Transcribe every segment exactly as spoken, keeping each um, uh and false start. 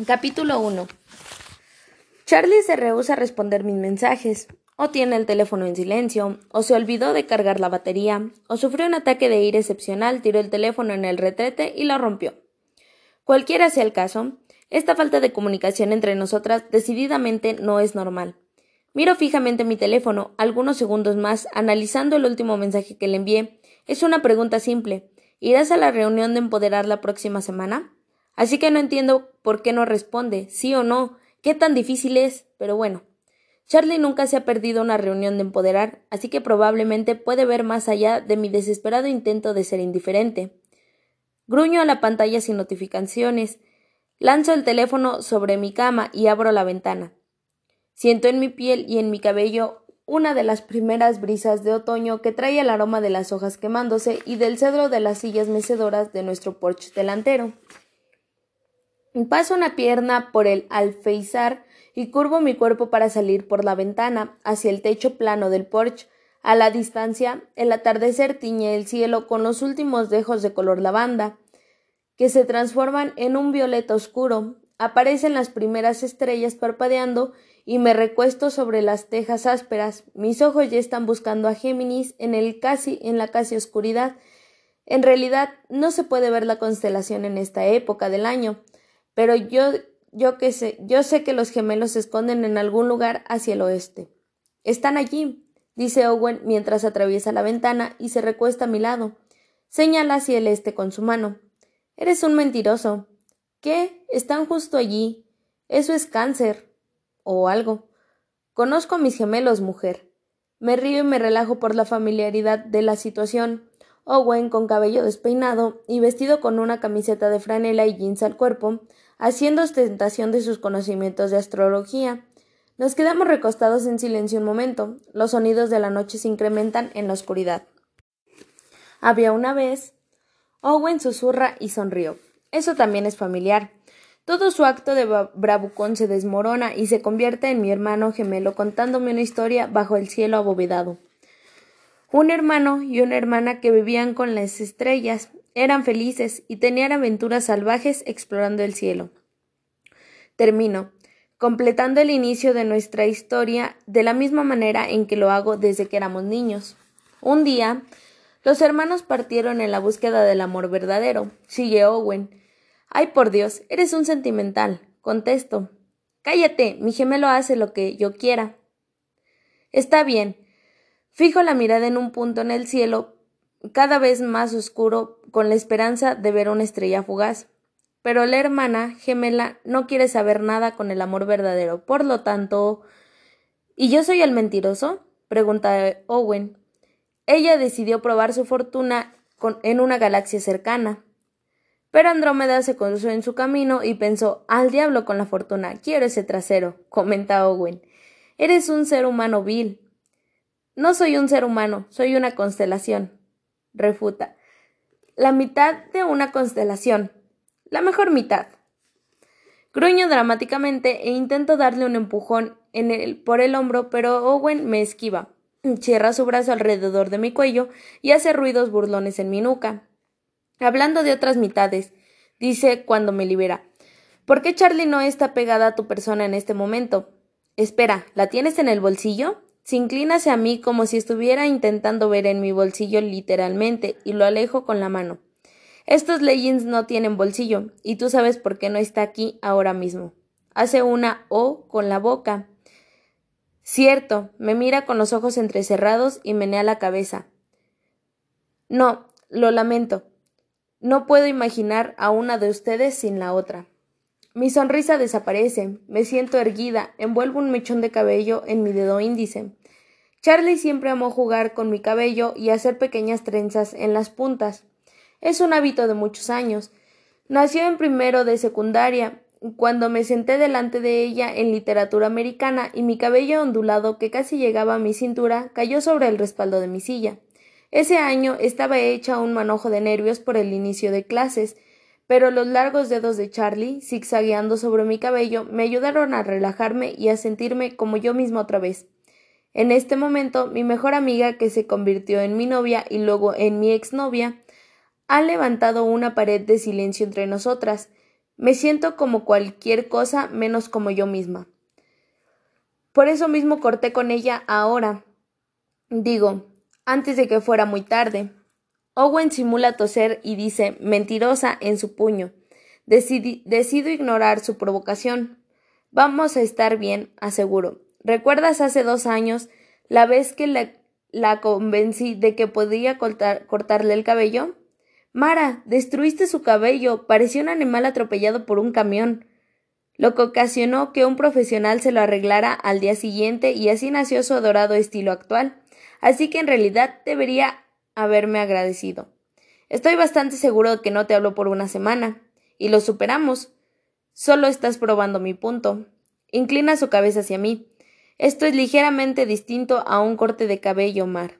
Capítulo uno. Charlie se rehúsa a responder mis mensajes, o tiene el teléfono en silencio, o se olvidó de cargar la batería, o sufrió un ataque de ira excepcional, tiró el teléfono en el retrete y lo rompió. Cualquiera sea el caso, esta falta de comunicación entre nosotras decididamente no es normal. Miro fijamente mi teléfono, algunos segundos más, analizando el último mensaje que le envié. Es una pregunta simple. ¿Irás a la reunión de empoderar la próxima semana? Así que no entiendo por qué no responde, sí o no, qué tan difícil es, pero bueno. Charlie nunca se ha perdido una reunión de empoderar, así que probablemente puede ver más allá de mi desesperado intento de ser indiferente. Gruño a la pantalla sin notificaciones. Lanzo el teléfono sobre mi cama y abro la ventana. Siento en mi piel y en mi cabello una de las primeras brisas de otoño que trae el aroma de las hojas quemándose y del cedro de las sillas mecedoras de nuestro porche delantero. Paso una pierna por el alféizar y curvo mi cuerpo para salir por la ventana hacia el techo plano del porche. A la distancia, el atardecer tiñe el cielo con los últimos dejos de color lavanda, que se transforman en un violeta oscuro. Aparecen las primeras estrellas parpadeando y me recuesto sobre las tejas ásperas. Mis ojos ya están buscando a Géminis en el casi en la casi oscuridad. En realidad no se puede ver la constelación en esta época del año, pero yo yo que sé, yo sé que los gemelos se esconden en algún lugar hacia el oeste. Están allí, dice Owen mientras atraviesa la ventana y se recuesta a mi lado. Señala hacia el este con su mano. Eres un mentiroso. ¿Qué? Están justo allí. Eso es cáncer. O algo. Conozco a mis gemelos, mujer. Me río y me relajo por la familiaridad de la situación. Owen, con cabello despeinado y vestido con una camiseta de franela y jeans al cuerpo, haciendo ostentación de sus conocimientos de astrología. Nos quedamos recostados en silencio un momento. Los sonidos de la noche se incrementan en la oscuridad. Había una vez... Owen susurra y sonrió. Eso también es familiar. Todo su acto de bravucón se desmorona y se convierte en mi hermano gemelo contándome una historia bajo el cielo abovedado. Un hermano y una hermana que vivían con las estrellas, eran felices y tenían aventuras salvajes explorando el cielo. Termino, completando el inicio de nuestra historia de la misma manera en que lo hago desde que éramos niños. Un día, los hermanos partieron en la búsqueda del amor verdadero. Sigue Owen. Ay, por Dios, eres un sentimental. Contesto. Cállate, mi gemelo hace lo que yo quiera. Está bien. Fijo la mirada en un punto en el cielo, cada vez más oscuro, con la esperanza de ver una estrella fugaz. Pero la hermana gemela no quiere saber nada con el amor verdadero. Por lo tanto... ¿Y yo soy el mentiroso? Pregunta Owen. Ella decidió probar su fortuna con, en una galaxia cercana. Pero Andrómeda se cruzó en su camino y pensó, al diablo con la fortuna, quiero ese trasero, comenta Owen. Eres un ser humano vil. No soy un ser humano, soy una constelación, refuta. La mitad de una constelación, la mejor mitad. Gruño dramáticamente e intento darle un empujón en el, por el hombro, pero Owen me esquiva. Cierra su brazo alrededor de mi cuello y hace ruidos burlones en mi nuca. Hablando de otras mitades, dice cuando me libera. ¿Por qué Charlie no está pegada a tu persona en este momento? Espera, ¿la tienes en el bolsillo? Se inclina hacia mí como si estuviera intentando ver en mi bolsillo literalmente y lo alejo con la mano. Estos leggings no tienen bolsillo y tú sabes por qué no está aquí ahora mismo. Hace una O con la boca. Cierto, me mira con los ojos entrecerrados y menea la cabeza. No, lo lamento. No puedo imaginar a una de ustedes sin la otra. Mi sonrisa desaparece, me siento erguida, envuelvo un mechón de cabello en mi dedo índice. Charlie siempre amó jugar con mi cabello y hacer pequeñas trenzas en las puntas. Es un hábito de muchos años. Nació en primero de secundaria, cuando me senté delante de ella en literatura americana y mi cabello ondulado que casi llegaba a mi cintura cayó sobre el respaldo de mi silla. Ese año estaba hecha un manojo de nervios por el inicio de clases, pero los largos dedos de Charlie, zigzagueando sobre mi cabello, me ayudaron a relajarme y a sentirme como yo misma otra vez. En este momento, mi mejor amiga, que se convirtió en mi novia y luego en mi exnovia, ha levantado una pared de silencio entre nosotras. Me siento como cualquier cosa menos como yo misma. Por eso mismo corté con ella ahora. Digo, antes de que fuera muy tarde. Owen simula toser y dice mentirosa en su puño. Decidi- decido ignorar su provocación. Vamos a estar bien, aseguro. ¿Recuerdas hace dos años la vez que la, la convencí de que podía cortar- cortarle el cabello? Mara, destruiste su cabello, parecía un animal atropellado por un camión, lo que ocasionó que un profesional se lo arreglara al día siguiente y así nació su adorado estilo actual. Así que en realidad debería haberme agradecido. Estoy bastante seguro de que no te hablo por una semana. Y lo superamos. Solo estás probando mi punto. Inclina su cabeza hacia mí. Esto es ligeramente distinto a un corte de cabello, Mar.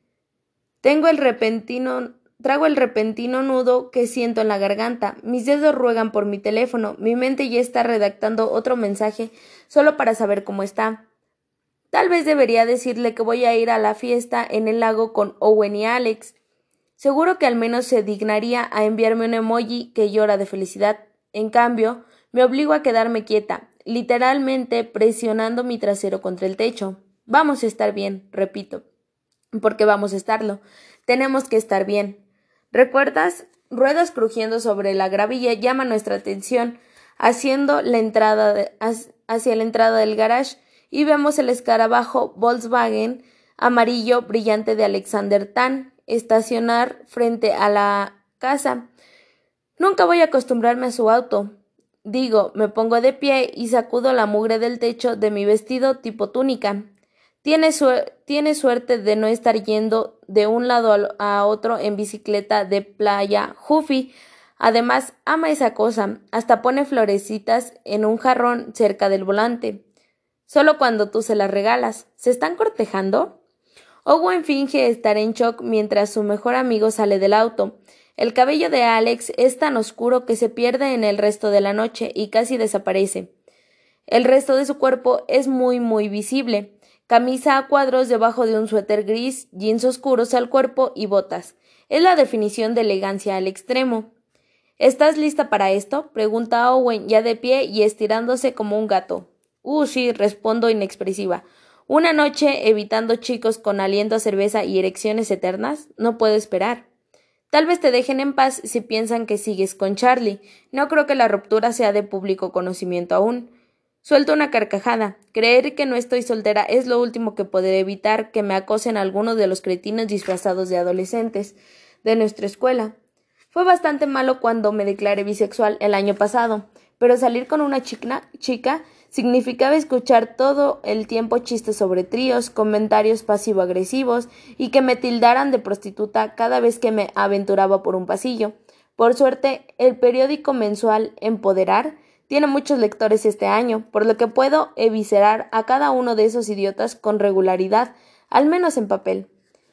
Tengo el repentino, trago el repentino nudo que siento en la garganta. Mis dedos ruegan por mi teléfono. Mi mente ya está redactando otro mensaje solo para saber cómo está. Tal vez debería decirle que voy a ir a la fiesta en el lago con Owen y Alex. Seguro que al menos se dignaría a enviarme un emoji que llora de felicidad. En cambio, me obligo a quedarme quieta, literalmente presionando mi trasero contra el techo. Vamos a estar bien, repito. Porque vamos a estarlo. Tenemos que estar bien. ¿Recuerdas? Ruedas crujiendo sobre la gravilla llaman nuestra atención, haciendo la entrada de, hacia la entrada del garage, y vemos el escarabajo Volkswagen amarillo brillante de Alexander Tan estacionar frente a la casa. Nunca voy a acostumbrarme a su auto. Digo, me pongo de pie y sacudo la mugre del techo de mi vestido tipo túnica. Tiene, su tiene suerte de no estar yendo de un lado a otro en bicicleta de playa Huffy. Además, ama esa cosa. Hasta pone florecitas en un jarrón cerca del volante. Solo cuando tú se las regalas. ¿Se están cortejando? Owen finge estar en shock mientras su mejor amigo sale del auto. El cabello de Alex es tan oscuro que se pierde en el resto de la noche y casi desaparece. El resto de su cuerpo es muy muy visible. Camisa a cuadros debajo de un suéter gris, jeans oscuros al cuerpo y botas. Es la definición de elegancia al extremo. ¿Estás lista para esto? Pregunta Owen, ya de pie y estirándose como un gato. Uh, sí, respondo inexpresiva. Una noche evitando chicos con aliento a cerveza y erecciones eternas, no puedo esperar. Tal vez te dejen en paz si piensan que sigues con Charlie. No creo que la ruptura sea de público conocimiento aún. Suelto una carcajada. Creer que no estoy soltera es lo último que podré evitar que me acosen algunos de los cretinos disfrazados de adolescentes de nuestra escuela. Fue bastante malo cuando me declaré bisexual el año pasado, pero salir con una chica, chica significaba escuchar todo el tiempo chistes sobre tríos, comentarios pasivo-agresivos y que me tildaran de prostituta cada vez que me aventuraba por un pasillo. Por suerte, el periódico mensual Empoderar tiene muchos lectores este año, por lo que puedo eviscerar a cada uno de esos idiotas con regularidad, al menos en papel.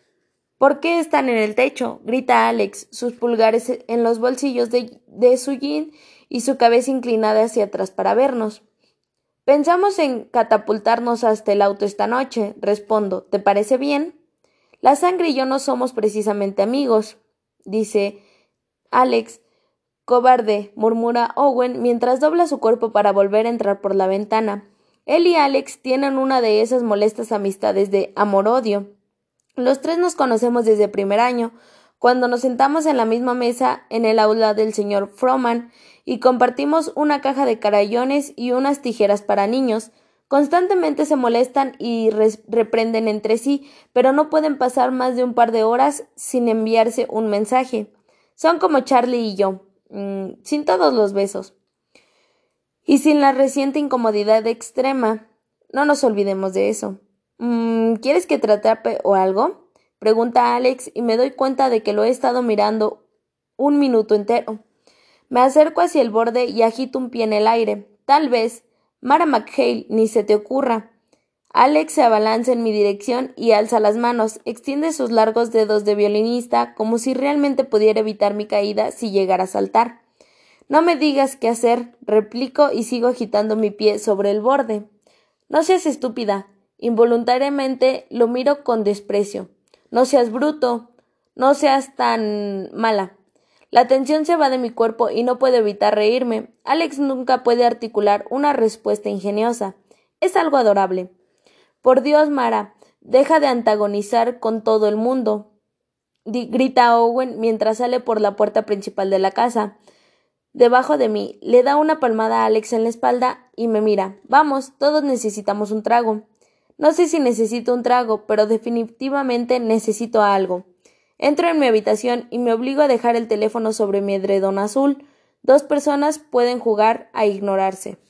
¿Por qué están en el techo? Grita Alex, sus pulgares en los bolsillos de, de su jean y su cabeza inclinada hacia atrás para vernos. Pensamos en catapultarnos hasta el auto esta noche, respondo. ¿Te parece bien? La sangre y yo no somos precisamente amigos, dice Alex. Cobarde, murmura Owen mientras dobla su cuerpo para volver a entrar por la ventana. Él y Alex tienen una de esas molestas amistades de amor-odio. Los tres nos conocemos desde primer año, cuando nos sentamos en la misma mesa en el aula del señor Froman y compartimos una caja de crayones y unas tijeras para niños. Constantemente se molestan y reprenden entre sí, pero no pueden pasar más de un par de horas sin enviarse un mensaje. Son como Charlie y yo, mmm, sin todos los besos. Y sin la reciente incomodidad extrema. No nos olvidemos de eso. Mm, ¿Quieres que te atrape o algo? Pregunta Alex y me doy cuenta de que lo he estado mirando un minuto entero. Me acerco hacia el borde y agito un pie en el aire. Tal vez. Mara McHale, ni se te ocurra. Alex se abalanza en mi dirección y alza las manos, extiende sus largos dedos de violinista como si realmente pudiera evitar mi caída si llegara a saltar. No me digas qué hacer, replico y sigo agitando mi pie sobre el borde. No seas estúpida. Involuntariamente lo miro con desprecio. No seas bruto. No seas tan mala. La tensión se va de mi cuerpo y no puedo evitar reírme. Alex nunca puede articular una respuesta ingeniosa. Es algo adorable. Por Dios, Mara, deja de antagonizar con todo el mundo, grita Owen mientras sale por la puerta principal de la casa. Debajo de mí, le da una palmada a Alex en la espalda y me mira. Vamos, todos necesitamos un trago. No sé si necesito un trago, pero definitivamente necesito algo. Entro en mi habitación y me obligo a dejar el teléfono sobre mi edredón azul. Dos personas pueden jugar a ignorarse.